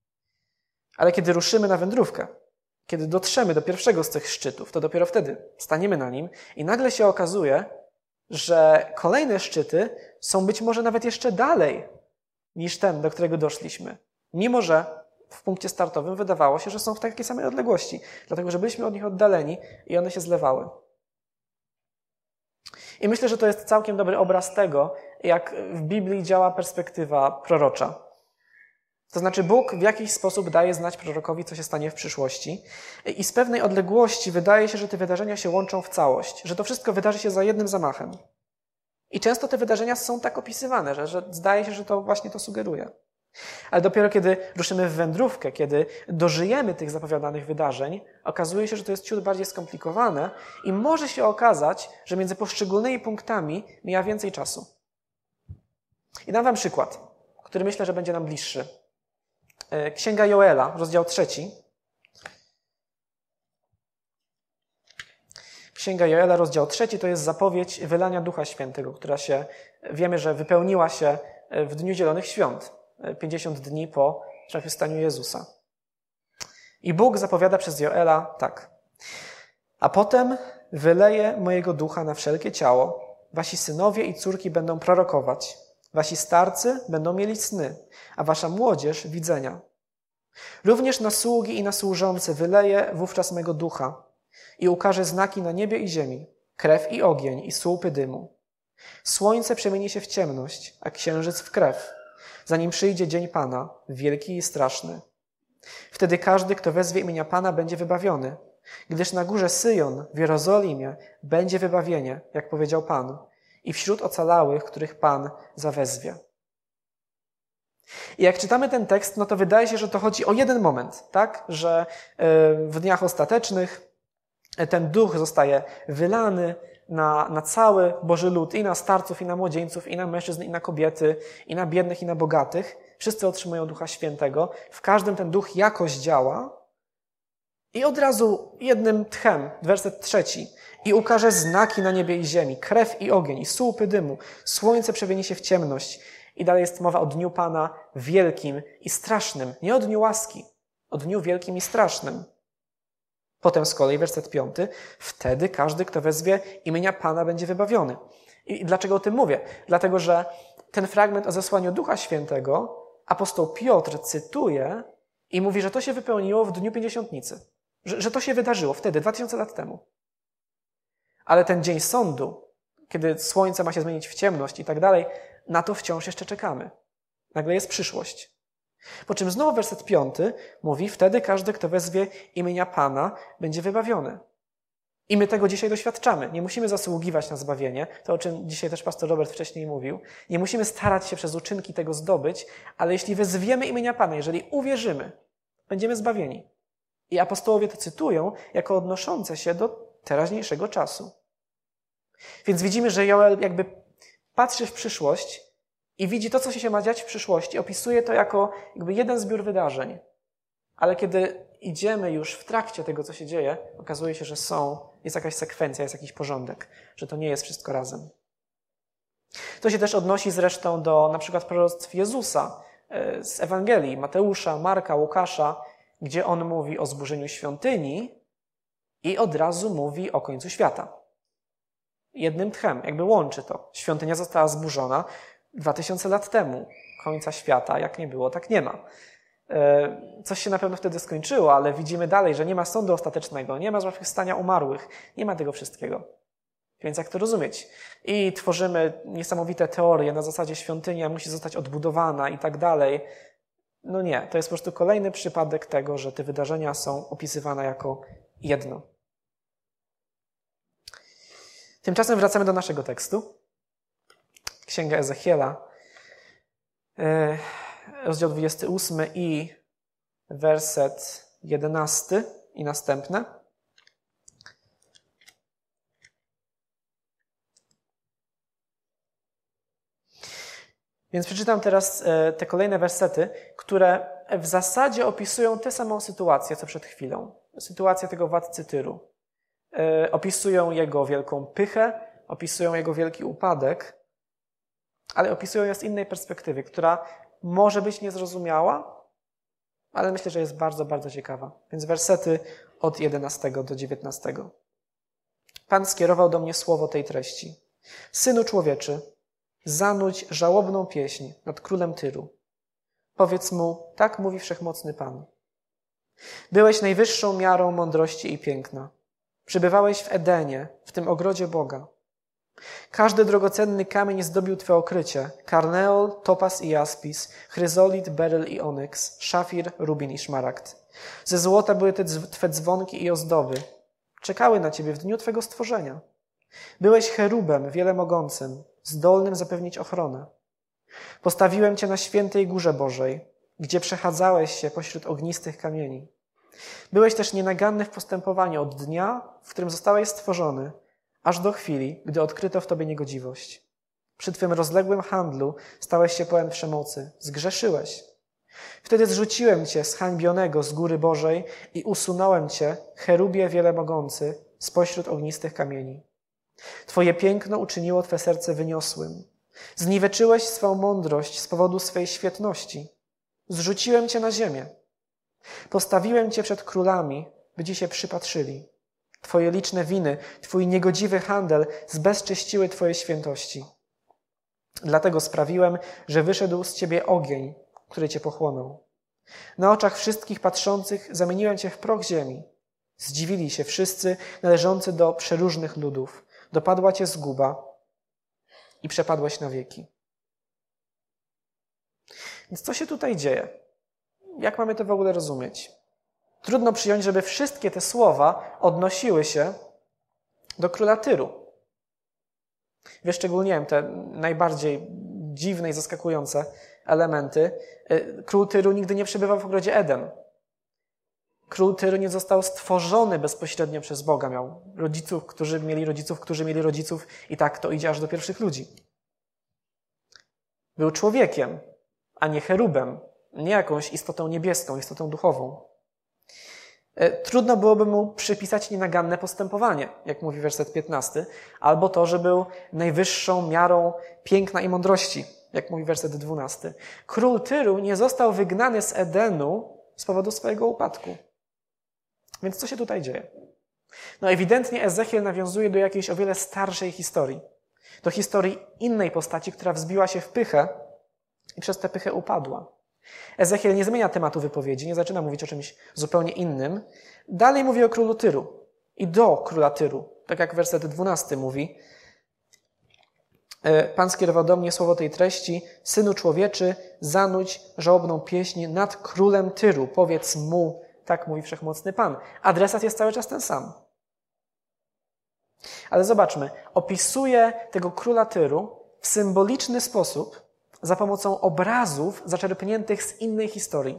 Ale kiedy ruszymy na wędrówkę, kiedy dotrzemy do pierwszego z tych szczytów, to dopiero wtedy staniemy na nim i nagle się okazuje, że kolejne szczyty są być może nawet jeszcze dalej niż ten, do którego doszliśmy. Mimo że w punkcie startowym wydawało się, że są w takiej samej odległości, dlatego że byliśmy od nich oddaleni i one się zlewały. I myślę, że to jest całkiem dobry obraz tego, jak w Biblii działa perspektywa prorocza. To znaczy Bóg w jakiś sposób daje znać prorokowi, co się stanie w przyszłości i z pewnej odległości wydaje się, że te wydarzenia się łączą w całość, że to wszystko wydarzy się za jednym zamachem. I często te wydarzenia są tak opisywane, że, że zdaje się, że to właśnie to sugeruje. Ale dopiero kiedy ruszymy w wędrówkę, kiedy dożyjemy tych zapowiadanych wydarzeń, okazuje się, że to jest ciut bardziej skomplikowane i może się okazać, że między poszczególnymi punktami mija więcej czasu. I dam wam przykład, który myślę, że będzie nam bliższy. Księga Joela, rozdział trzeci. Księga Joela, rozdział trzeci, to jest zapowiedź wylania Ducha Świętego, która się, wiemy, że wypełniła się w Dniu Zielonych Świąt, pięćdziesiąt dni po zmartwychwstaniu Jezusa. I Bóg zapowiada przez Joela tak. A potem wyleję mojego ducha na wszelkie ciało, wasi synowie i córki będą prorokować, wasi starcy będą mieli sny, a wasza młodzież widzenia. Również na sługi i na służące wyleję wówczas mego ducha i ukażę znaki na niebie i ziemi, krew i ogień i słupy dymu. Słońce przemieni się w ciemność, a księżyc w krew, zanim przyjdzie dzień Pana, wielki i straszny. Wtedy każdy, kto wezwie imienia Pana, będzie wybawiony, gdyż na górze Syjon w Jerozolimie będzie wybawienie, jak powiedział Pan, i wśród ocalałych, których Pan zawezwie. I jak czytamy ten tekst, no to wydaje się, że to chodzi o jeden moment, tak? Że w dniach ostatecznych ten duch zostaje wylany na, na cały Boży lud, i na starców, i na młodzieńców, i na mężczyzn, i na kobiety, i na biednych, i na bogatych. Wszyscy otrzymują Ducha Świętego. W każdym ten duch jakoś działa. I od razu jednym tchem, werset trzeci. I ukaże znaki na niebie i ziemi, krew i ogień, i słupy dymu. Słońce przemieni się w ciemność. I dalej jest mowa o dniu Pana wielkim i strasznym. Nie o dniu łaski, o dniu wielkim i strasznym. Potem z kolei werset piąty. Wtedy każdy, kto wezwie imienia Pana, będzie wybawiony. I dlaczego o tym mówię? Dlatego, że ten fragment o zesłaniu Ducha Świętego apostoł Piotr cytuje i mówi, że to się wypełniło w dniu Pięćdziesiątnicy. Że, że to się wydarzyło wtedy, dwa tysiące lat temu. Ale ten dzień sądu, kiedy słońce ma się zmienić w ciemność i tak dalej, na to wciąż jeszcze czekamy. Nagle jest przyszłość. Po czym znowu werset piąty mówi, wtedy każdy, kto wezwie imienia Pana, będzie wybawiony. I my tego dzisiaj doświadczamy. Nie musimy zasługiwać na zbawienie, to o czym dzisiaj też pastor Robert wcześniej mówił. Nie musimy starać się przez uczynki tego zdobyć, ale jeśli wezwiemy imienia Pana, jeżeli uwierzymy, będziemy zbawieni. I apostołowie to cytują jako odnoszące się do teraźniejszego czasu. Więc widzimy, że Joel jakby patrzy w przyszłość i widzi to, co się ma dziać w przyszłości. Opisuje to jako jakby jeden zbiór wydarzeń. Ale kiedy idziemy już w trakcie tego, co się dzieje, okazuje się, że są, jest jakaś sekwencja, jest jakiś porządek, że to nie jest wszystko razem. To się też odnosi zresztą do na przykład proroctw Jezusa z Ewangelii Mateusza, Marka, Łukasza, gdzie on mówi o zburzeniu świątyni i od razu mówi o końcu świata. Jednym tchem, jakby łączy to. Świątynia została zburzona dwa tysiące lat temu. Końca świata, jak nie było, tak nie ma. Coś się na pewno wtedy skończyło, ale widzimy dalej, że nie ma sądu ostatecznego, nie ma zmartwychwstania umarłych, nie ma tego wszystkiego. Więc jak to rozumieć? I tworzymy niesamowite teorie na zasadzie świątynia musi zostać odbudowana i tak dalej. No nie, to jest po prostu kolejny przypadek tego, że te wydarzenia są opisywane jako jedno. Tymczasem wracamy do naszego tekstu. Księga Ezechiela, rozdział dwudziesty ósmy i werset jedenasty i następne. Więc przeczytam teraz te kolejne wersety, które w zasadzie opisują tę samą sytuację, co przed chwilą. Sytuację tego władcy Tyru. Opisują jego wielką pychę, opisują jego wielki upadek, ale opisują ją z innej perspektywy, która może być niezrozumiała, ale myślę, że jest bardzo, bardzo ciekawa. Więc wersety od jedenastego do dziewiętnastego. Pan skierował do mnie słowo tej treści. Synu człowieczy, zanudź żałobną pieśń nad królem Tyru. Powiedz mu, tak mówi wszechmocny Pan. Byłeś najwyższą miarą mądrości i piękna. Przybywałeś w Edenie, w tym ogrodzie Boga. Każdy drogocenny kamień zdobił Twe okrycie. Karneol, topaz i jaspis, chryzolit, beryl i onyks, szafir, rubin i szmaragd. Ze złota były te Twe dzwonki i ozdoby. Czekały na Ciebie w dniu Twego stworzenia. Byłeś cherubem wiele mogącym, zdolnym zapewnić ochronę. Postawiłem Cię na świętej górze Bożej, gdzie przechadzałeś się pośród ognistych kamieni. Byłeś też nienaganny w postępowaniu od dnia, w którym zostałeś stworzony, aż do chwili, gdy odkryto w Tobie niegodziwość. Przy Twym rozległym handlu stałeś się pełen przemocy, zgrzeszyłeś. Wtedy zrzuciłem Cię zhańbionego z góry Bożej i usunąłem Cię, cherubie wiele mogący, spośród ognistych kamieni. Twoje piękno uczyniło Twe serce wyniosłym. Zniweczyłeś swą mądrość z powodu swej świetności. Zrzuciłem Cię na ziemię. Postawiłem Cię przed królami, by Ci się przypatrzyli. Twoje liczne winy, Twój niegodziwy handel zbezcześciły Twoje świętości. Dlatego sprawiłem, że wyszedł z Ciebie ogień, który Cię pochłonął. Na oczach wszystkich patrzących zamieniłem Cię w proch ziemi. Zdziwili się wszyscy należący do przeróżnych ludów. Dopadła Cię zguba i przepadłeś na wieki. Więc co się tutaj dzieje? Jak mamy to w ogóle rozumieć? Trudno przyjąć, żeby wszystkie te słowa odnosiły się do króla Tyru. Wyszczególniłem te najbardziej dziwne i zaskakujące elementy. Król Tyru nigdy nie przebywał w ogrodzie Eden. Król Tyru nie został stworzony bezpośrednio przez Boga. Miał rodziców, którzy mieli rodziców, którzy mieli rodziców i tak to idzie aż do pierwszych ludzi. Był człowiekiem, a nie cherubem, nie jakąś istotą niebieską, istotą duchową. Trudno byłoby mu przypisać nienaganne postępowanie, jak mówi werset piętnasty, albo to, że był najwyższą miarą piękna i mądrości, jak mówi werset dwunasty. Król Tyru nie został wygnany z Edenu z powodu swojego upadku. Więc co się tutaj dzieje? No ewidentnie Ezechiel nawiązuje do jakiejś o wiele starszej historii. Do historii innej postaci, która wzbiła się w pychę i przez tę pychę upadła. Ezechiel nie zmienia tematu wypowiedzi, nie zaczyna mówić o czymś zupełnie innym. Dalej mówi o królu Tyru i do króla Tyru. Tak jak werset dwunasty mówi. Pan skierował do mnie słowo tej treści: Synu człowieczy, zanudź żałobną pieśń nad królem Tyru. Powiedz mu, tak mówi Wszechmocny Pan. Adresat jest cały czas ten sam. Ale zobaczmy, opisuje tego króla Tyru w symboliczny sposób za pomocą obrazów zaczerpniętych z innej historii.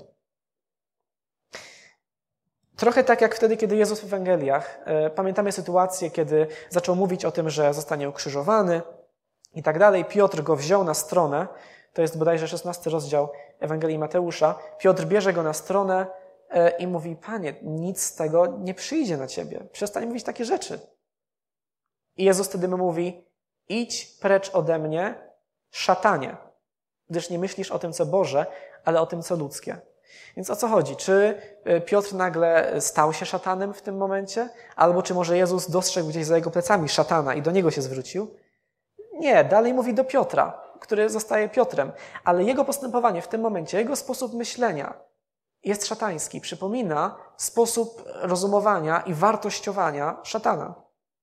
Trochę tak jak wtedy, kiedy Jezus w Ewangeliach. Pamiętamy sytuację, kiedy zaczął mówić o tym, że zostanie ukrzyżowany i tak dalej. Piotr go wziął na stronę. To jest bodajże szesnasty rozdział Ewangelii Mateusza. Piotr bierze go na stronę i mówi: Panie, nic z tego nie przyjdzie na ciebie. Przestań mówić takie rzeczy. I Jezus wtedy mu mówi: idź precz ode mnie, szatanie, gdyż nie myślisz o tym, co Boże, ale o tym, co ludzkie. Więc o co chodzi? Czy Piotr nagle stał się szatanem w tym momencie? Albo czy może Jezus dostrzegł gdzieś za jego plecami szatana i do niego się zwrócił? Nie, dalej mówi do Piotra, który zostaje Piotrem. Ale jego postępowanie w tym momencie, jego sposób myślenia jest szatański. Przypomina sposób rozumowania i wartościowania szatana.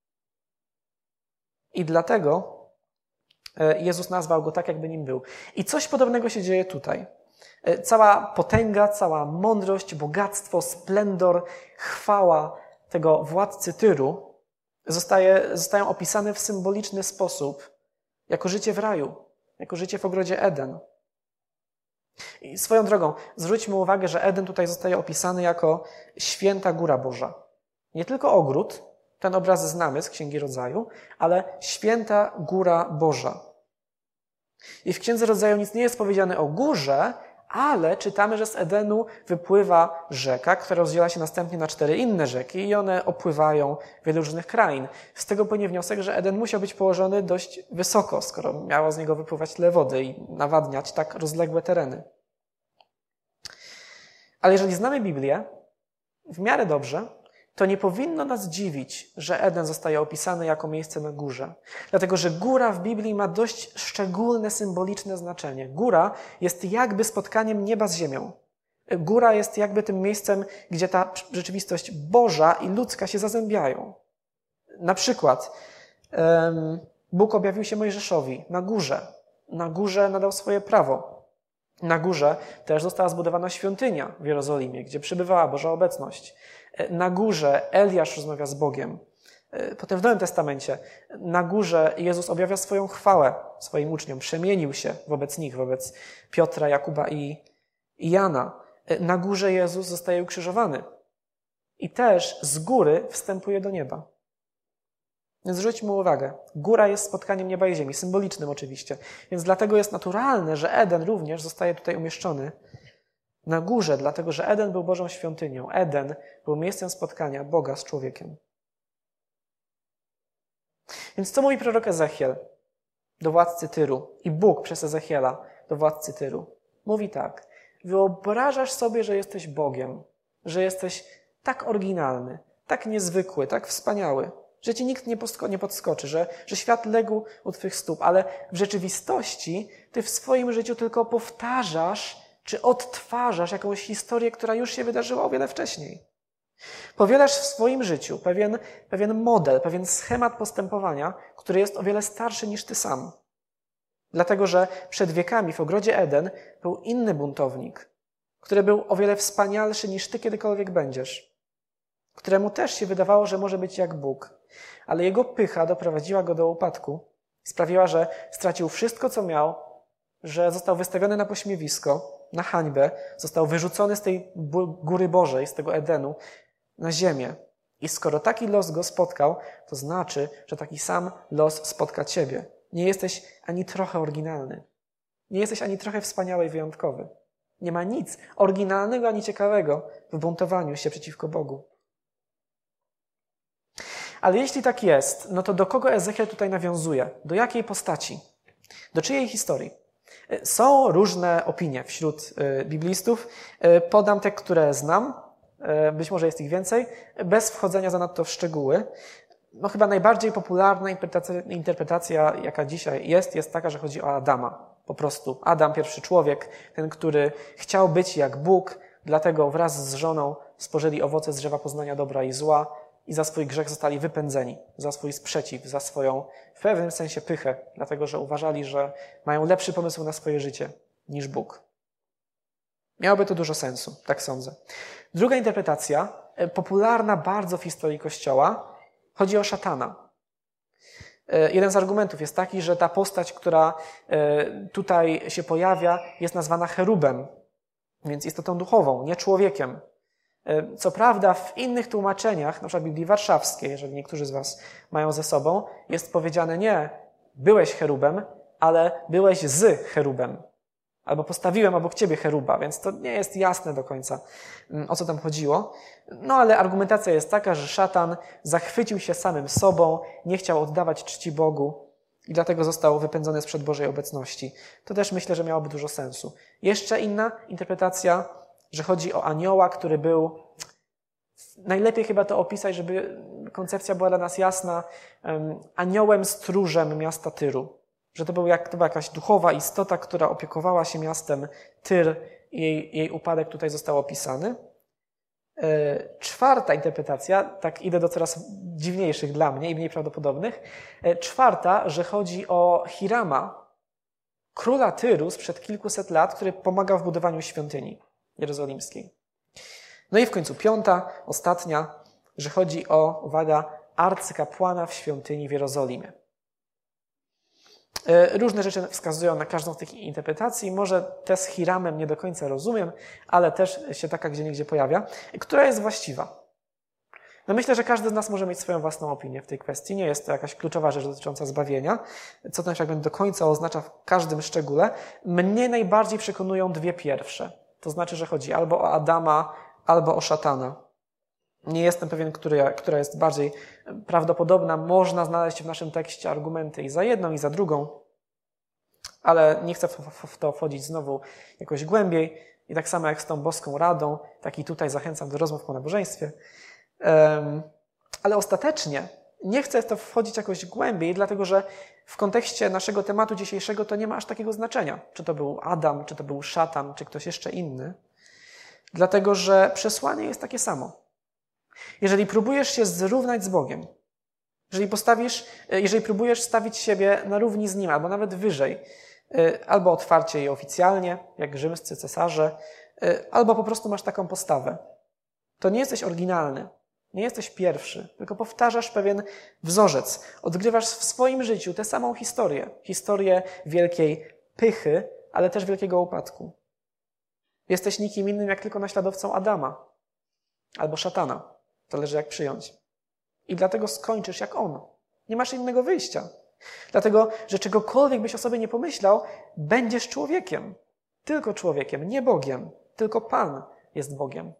I dlatego Jezus nazwał go tak, jakby nim był. I coś podobnego się dzieje tutaj. Cała potęga, cała mądrość, bogactwo, splendor, chwała tego władcy Tyru zostaje, zostają opisane w symboliczny sposób, jako życie w raju, jako życie w ogrodzie Eden. I swoją drogą, zwróćmy uwagę, że Eden tutaj zostaje opisany jako święta góra Boża. Nie tylko ogród, ten obraz znamy z Księgi Rodzaju, ale święta góra Boża. I w Księdze Rodzaju nic nie jest powiedziane o górze, ale czytamy, że z Edenu wypływa rzeka, która rozdziela się następnie na cztery inne rzeki i one opływają wiele różnych krain. Z tego płynie wniosek, że Eden musiał być położony dość wysoko, skoro miało z niego wypływać tyle wody i nawadniać tak rozległe tereny. Ale jeżeli znamy Biblię w miarę dobrze, to nie powinno nas dziwić, że Eden zostaje opisany jako miejsce na górze. Dlatego, że góra w Biblii ma dość szczególne, symboliczne znaczenie. Góra jest jakby spotkaniem nieba z ziemią. Góra jest jakby tym miejscem, gdzie ta rzeczywistość Boża i ludzka się zazębiają. Na przykład um, Bóg objawił się Mojżeszowi na górze. Na górze nadał swoje prawo. Na górze też została zbudowana świątynia w Jerozolimie, gdzie przybywała Boża obecność. Na górze Eliasz rozmawia z Bogiem. Potem w Nowym Testamencie na górze Jezus objawia swoją chwałę swoim uczniom. Przemienił się wobec nich, wobec Piotra, Jakuba i, i Jana. Na górze Jezus zostaje ukrzyżowany. I też z góry wstępuje do nieba. Więc zwróćmy uwagę. Góra jest spotkaniem nieba i ziemi, symbolicznym oczywiście. Więc dlatego jest naturalne, że Eden również zostaje tutaj umieszczony na górze, dlatego że Eden był Bożą świątynią. Eden był miejscem spotkania Boga z człowiekiem. Więc co mówi prorok Ezechiel do władcy Tyru i Bóg przez Ezechiela do władcy Tyru? Mówi tak: wyobrażasz sobie, że jesteś Bogiem, że jesteś tak oryginalny, tak niezwykły, tak wspaniały, że ci nikt nie, posko- nie podskoczy, że, że świat legł u twych stóp, ale w rzeczywistości ty w swoim życiu tylko powtarzasz czy odtwarzasz jakąś historię, która już się wydarzyła o wiele wcześniej. Powielasz w swoim życiu pewien, pewien model, pewien schemat postępowania, który jest o wiele starszy niż ty sam. Dlatego, że przed wiekami w ogrodzie Eden był inny buntownik, który był o wiele wspanialszy niż ty kiedykolwiek będziesz, któremu też się wydawało, że może być jak Bóg, ale jego pycha doprowadziła go do upadku, sprawiła, że stracił wszystko, co miał, że został wystawiony na pośmiewisko, na hańbę, został wyrzucony z tej góry Bożej, z tego Edenu, na ziemię. I skoro taki los go spotkał, to znaczy, że taki sam los spotka ciebie. Nie jesteś ani trochę oryginalny. Nie jesteś ani trochę wspaniały i wyjątkowy. Nie ma nic oryginalnego ani ciekawego w buntowaniu się przeciwko Bogu. Ale jeśli tak jest, no to do kogo Ezechiel tutaj nawiązuje? Do jakiej postaci? Do czyjej historii? Są różne opinie wśród biblistów. Podam te, które znam. Być może jest ich więcej. Bez wchodzenia zanadto w szczegóły. No chyba najbardziej popularna interpretacja, interpretacja, jaka dzisiaj jest, jest taka, że chodzi o Adama. Po prostu Adam, pierwszy człowiek, ten, który chciał być jak Bóg, dlatego wraz z żoną spożyli owoce z drzewa poznania dobra i zła i za swój grzech zostali wypędzeni, za swój sprzeciw, za swoją w pewnym sensie pychę, dlatego że uważali, że mają lepszy pomysł na swoje życie niż Bóg. Miałoby to dużo sensu, tak sądzę. Druga interpretacja, popularna bardzo w historii Kościoła, chodzi o szatana. Jeden z argumentów jest taki, że ta postać, która tutaj się pojawia, jest nazwana cherubem, więc istotą duchową, nie człowiekiem. Co prawda w innych tłumaczeniach, na przykład Biblii Warszawskiej, jeżeli niektórzy z was mają ze sobą, jest powiedziane nie, byłeś cherubem, ale byłeś z cherubem. Albo postawiłem obok ciebie cheruba, więc to nie jest jasne do końca, o co tam chodziło. No ale argumentacja jest taka, że szatan zachwycił się samym sobą, nie chciał oddawać czci Bogu i dlatego został wypędzony sprzed Bożej obecności. To też myślę, że miałoby dużo sensu. Jeszcze inna interpretacja, że chodzi o anioła, który był, najlepiej chyba to opisać, żeby koncepcja była dla nas jasna, um, aniołem stróżem miasta Tyru. Że to, był jak, to była jakaś duchowa istota, która opiekowała się miastem Tyr i jej, jej upadek tutaj został opisany. E, czwarta interpretacja, tak idę do coraz dziwniejszych dla mnie i mniej prawdopodobnych. E, czwarta, że chodzi o Hirama, króla Tyru sprzed kilkuset lat, który pomagał w budowaniu świątyni jerozolimskiej. No i w końcu piąta, ostatnia, że chodzi o, uwaga, arcykapłana w świątyni w Jerozolimie. Różne rzeczy wskazują na każdą z tych interpretacji. Może te z Hiramem nie do końca rozumiem, ale też się taka gdzieniegdzie pojawia. Która jest właściwa? No myślę, że każdy z nas może mieć swoją własną opinię w tej kwestii. Nie jest to jakaś kluczowa rzecz dotycząca zbawienia, co ten fragment do końca oznacza w każdym szczególe. Mnie najbardziej przekonują dwie pierwsze. To znaczy, że chodzi albo o Adama, albo o szatana. Nie jestem pewien, który, która jest bardziej prawdopodobna. Można znaleźć w naszym tekście argumenty i za jedną, i za drugą, ale nie chcę w to wchodzić znowu jakoś głębiej. I tak samo jak z tą boską radą, tak i tutaj zachęcam do rozmów po nabożeństwie. Um, ale ostatecznie nie chcę w to wchodzić jakoś głębiej, dlatego że w kontekście naszego tematu dzisiejszego to nie ma aż takiego znaczenia. Czy to był Adam, czy to był szatan, czy ktoś jeszcze inny. Dlatego że przesłanie jest takie samo. Jeżeli próbujesz się zrównać z Bogiem, jeżeli postawisz, jeżeli próbujesz stawić siebie na równi z Nim, albo nawet wyżej, albo otwarcie i oficjalnie, jak rzymscy cesarze, albo po prostu masz taką postawę, to nie jesteś oryginalny, nie jesteś pierwszy, tylko powtarzasz pewien wzorzec. Odgrywasz w swoim życiu tę samą historię, historię wielkiej pychy, ale też wielkiego upadku. Jesteś nikim innym jak tylko naśladowcą Adama albo szatana. Zależy jak przyjąć. I dlatego skończysz jak on. Nie masz innego wyjścia. Dlatego, że czegokolwiek byś o sobie nie pomyślał, będziesz człowiekiem. Tylko człowiekiem, nie Bogiem. Tylko Pan jest Bogiem.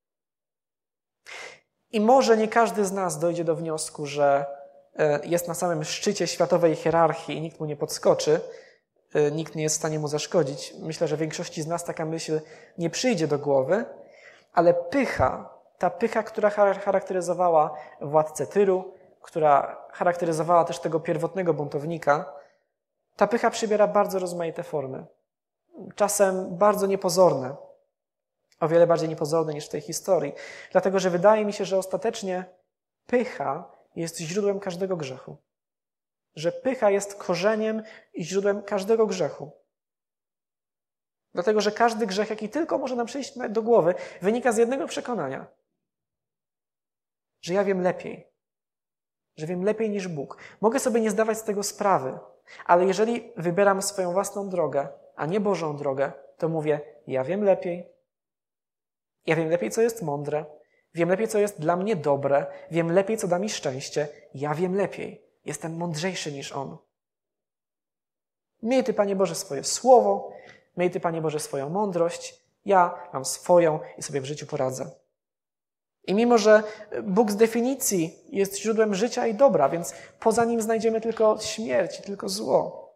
I może nie każdy z nas dojdzie do wniosku, że jest na samym szczycie światowej hierarchii i nikt mu nie podskoczy, nikt nie jest w stanie mu zaszkodzić. Myślę, że większości z nas taka myśl nie przyjdzie do głowy, ale pycha, ta pycha, która charakteryzowała władcę Tyru, która charakteryzowała też tego pierwotnego buntownika, ta pycha przybiera bardzo rozmaite formy. Czasem bardzo niepozorne. O wiele bardziej niepozorne niż w tej historii. Dlatego, że wydaje mi się, że ostatecznie pycha jest źródłem każdego grzechu. Że pycha jest korzeniem i źródłem każdego grzechu. Dlatego, że każdy grzech, jaki tylko może nam przyjść do głowy, wynika z jednego przekonania. Że ja wiem lepiej. Że wiem lepiej niż Bóg. Mogę sobie nie zdawać z tego sprawy, ale jeżeli wybieram swoją własną drogę, a nie Bożą drogę, to mówię, ja wiem lepiej. Ja wiem lepiej, co jest mądre. Wiem lepiej, co jest dla mnie dobre. Wiem lepiej, co da mi szczęście. Ja wiem lepiej. Jestem mądrzejszy niż On. Miej Ty, Panie Boże, swoje słowo. Miej Ty, Panie Boże, swoją mądrość. Ja mam swoją i sobie w życiu poradzę. I mimo, że Bóg z definicji jest źródłem życia i dobra, więc poza Nim znajdziemy tylko śmierć i tylko zło.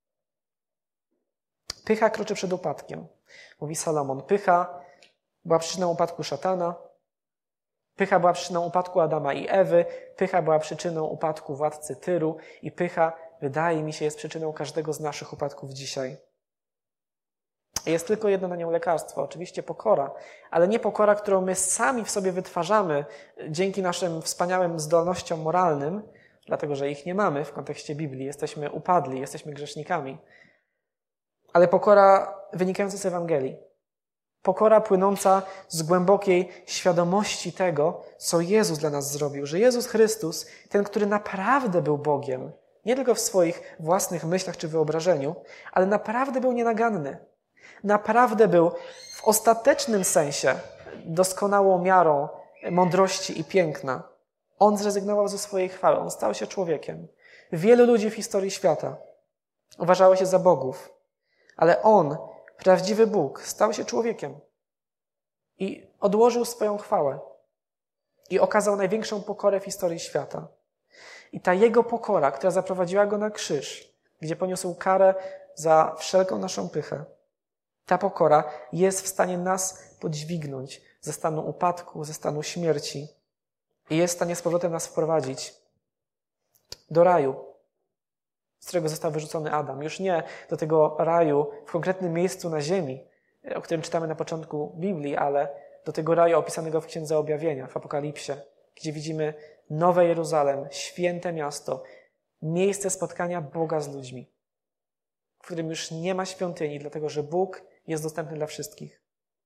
Pycha kroczy przed upadkiem. Mówi Salomon. Pycha była przyczyną upadku szatana. Pycha była przyczyną upadku Adama i Ewy. Pycha była przyczyną upadku władcy Tyru. I pycha, wydaje mi się, jest przyczyną każdego z naszych upadków dzisiaj. Jest tylko jedno na nią lekarstwo, oczywiście pokora, ale nie pokora, którą my sami w sobie wytwarzamy dzięki naszym wspaniałym zdolnościom moralnym, dlatego że ich nie mamy w kontekście Biblii, jesteśmy upadli, jesteśmy grzesznikami, ale pokora wynikająca z Ewangelii. Pokora płynąca z głębokiej świadomości tego, co Jezus dla nas zrobił, że Jezus Chrystus, ten, który naprawdę był Bogiem, nie tylko w swoich własnych myślach czy wyobrażeniu, ale naprawdę był nienaganny. Naprawdę był w ostatecznym sensie doskonałą miarą mądrości i piękna. On zrezygnował ze swojej chwały, on stał się człowiekiem. Wielu ludzi w historii świata uważało się za bogów, ale on, prawdziwy Bóg, stał się człowiekiem i odłożył swoją chwałę i okazał największą pokorę w historii świata. I ta jego pokora, która zaprowadziła go na krzyż, gdzie poniósł karę za wszelką naszą pychę, ta pokora jest w stanie nas podźwignąć ze stanu upadku, ze stanu śmierci i jest w stanie z powrotem nas wprowadzić do raju, z którego został wyrzucony Adam. Już nie do tego raju w konkretnym miejscu na ziemi, o którym czytamy na początku Biblii, ale do tego raju opisanego w Księdze Objawienia, w Apokalipsie, gdzie widzimy Nowe Jeruzalem, święte miasto, miejsce spotkania Boga z ludźmi, w którym już nie ma świątyni, dlatego że Bóg jest dostępny dla wszystkich.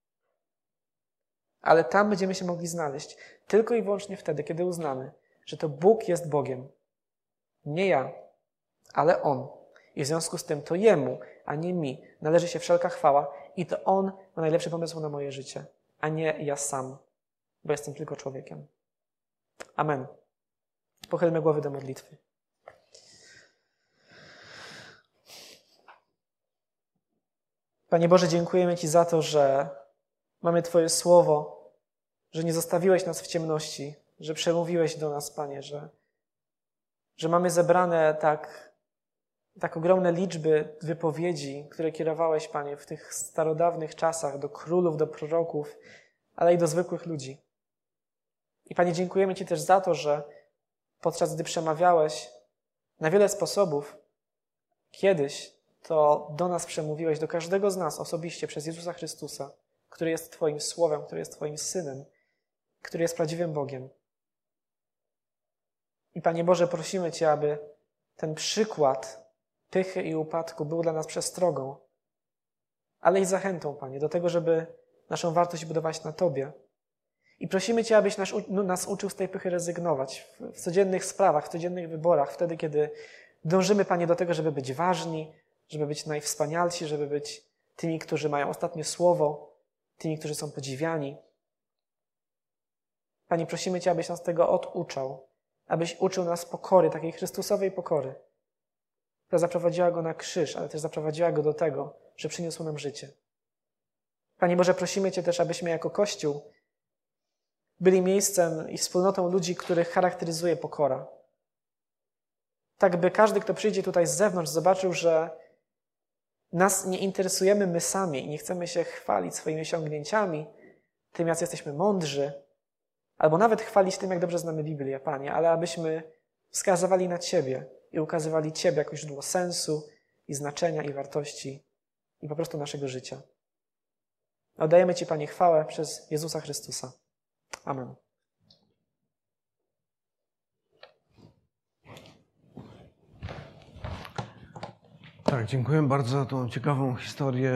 Ale tam będziemy się mogli znaleźć tylko i wyłącznie wtedy, kiedy uznamy, że to Bóg jest Bogiem. Nie ja, ale On. I w związku z tym to Jemu, a nie mi, należy się wszelka chwała i to On ma najlepszy pomysł na moje życie, a nie ja sam, bo jestem tylko człowiekiem. Amen. Pochylmy głowy do modlitwy. Panie Boże, dziękujemy Ci za to, że mamy Twoje słowo, że nie zostawiłeś nas w ciemności, że przemówiłeś do nas, Panie, że, że mamy zebrane tak, tak ogromne liczby wypowiedzi, które kierowałeś, Panie, w tych starodawnych czasach do królów, do proroków, ale i do zwykłych ludzi. I Panie, dziękujemy Ci też za to, że podczas gdy przemawiałeś na wiele sposobów, kiedyś to do nas przemówiłeś, do każdego z nas osobiście przez Jezusa Chrystusa, który jest Twoim Słowem, który jest Twoim Synem, który jest prawdziwym Bogiem. I Panie Boże, prosimy Cię, aby ten przykład pychy i upadku był dla nas przestrogą, ale i zachętą, Panie, do tego, żeby naszą wartość budować na Tobie. I prosimy Cię, abyś nas, nas uczył z tej pychy rezygnować w, w codziennych sprawach, w codziennych wyborach, wtedy, kiedy dążymy, Panie, do tego, żeby być ważni, żeby być najwspanialsi, żeby być tymi, którzy mają ostatnie słowo, tymi, którzy są podziwiani. Panie, prosimy Cię, abyś nas tego oduczał, abyś uczył nas pokory, takiej Chrystusowej pokory, która zaprowadziła Go na krzyż, ale też zaprowadziła Go do tego, że przyniósł nam życie. Panie Boże, prosimy Cię też, abyśmy jako Kościół byli miejscem i wspólnotą ludzi, których charakteryzuje pokora. Tak by każdy, kto przyjdzie tutaj z zewnątrz, zobaczył, że nas nie interesujemy my sami i nie chcemy się chwalić swoimi osiągnięciami, tym, jak jesteśmy mądrzy, albo nawet chwalić tym, jak dobrze znamy Biblię, Panie, ale abyśmy wskazywali na Ciebie i ukazywali Ciebie jako źródło sensu i znaczenia i wartości i po prostu naszego życia. Oddajemy Ci, Panie, chwałę przez Jezusa Chrystusa. Amen. Tak, dziękuję bardzo za tą ciekawą historię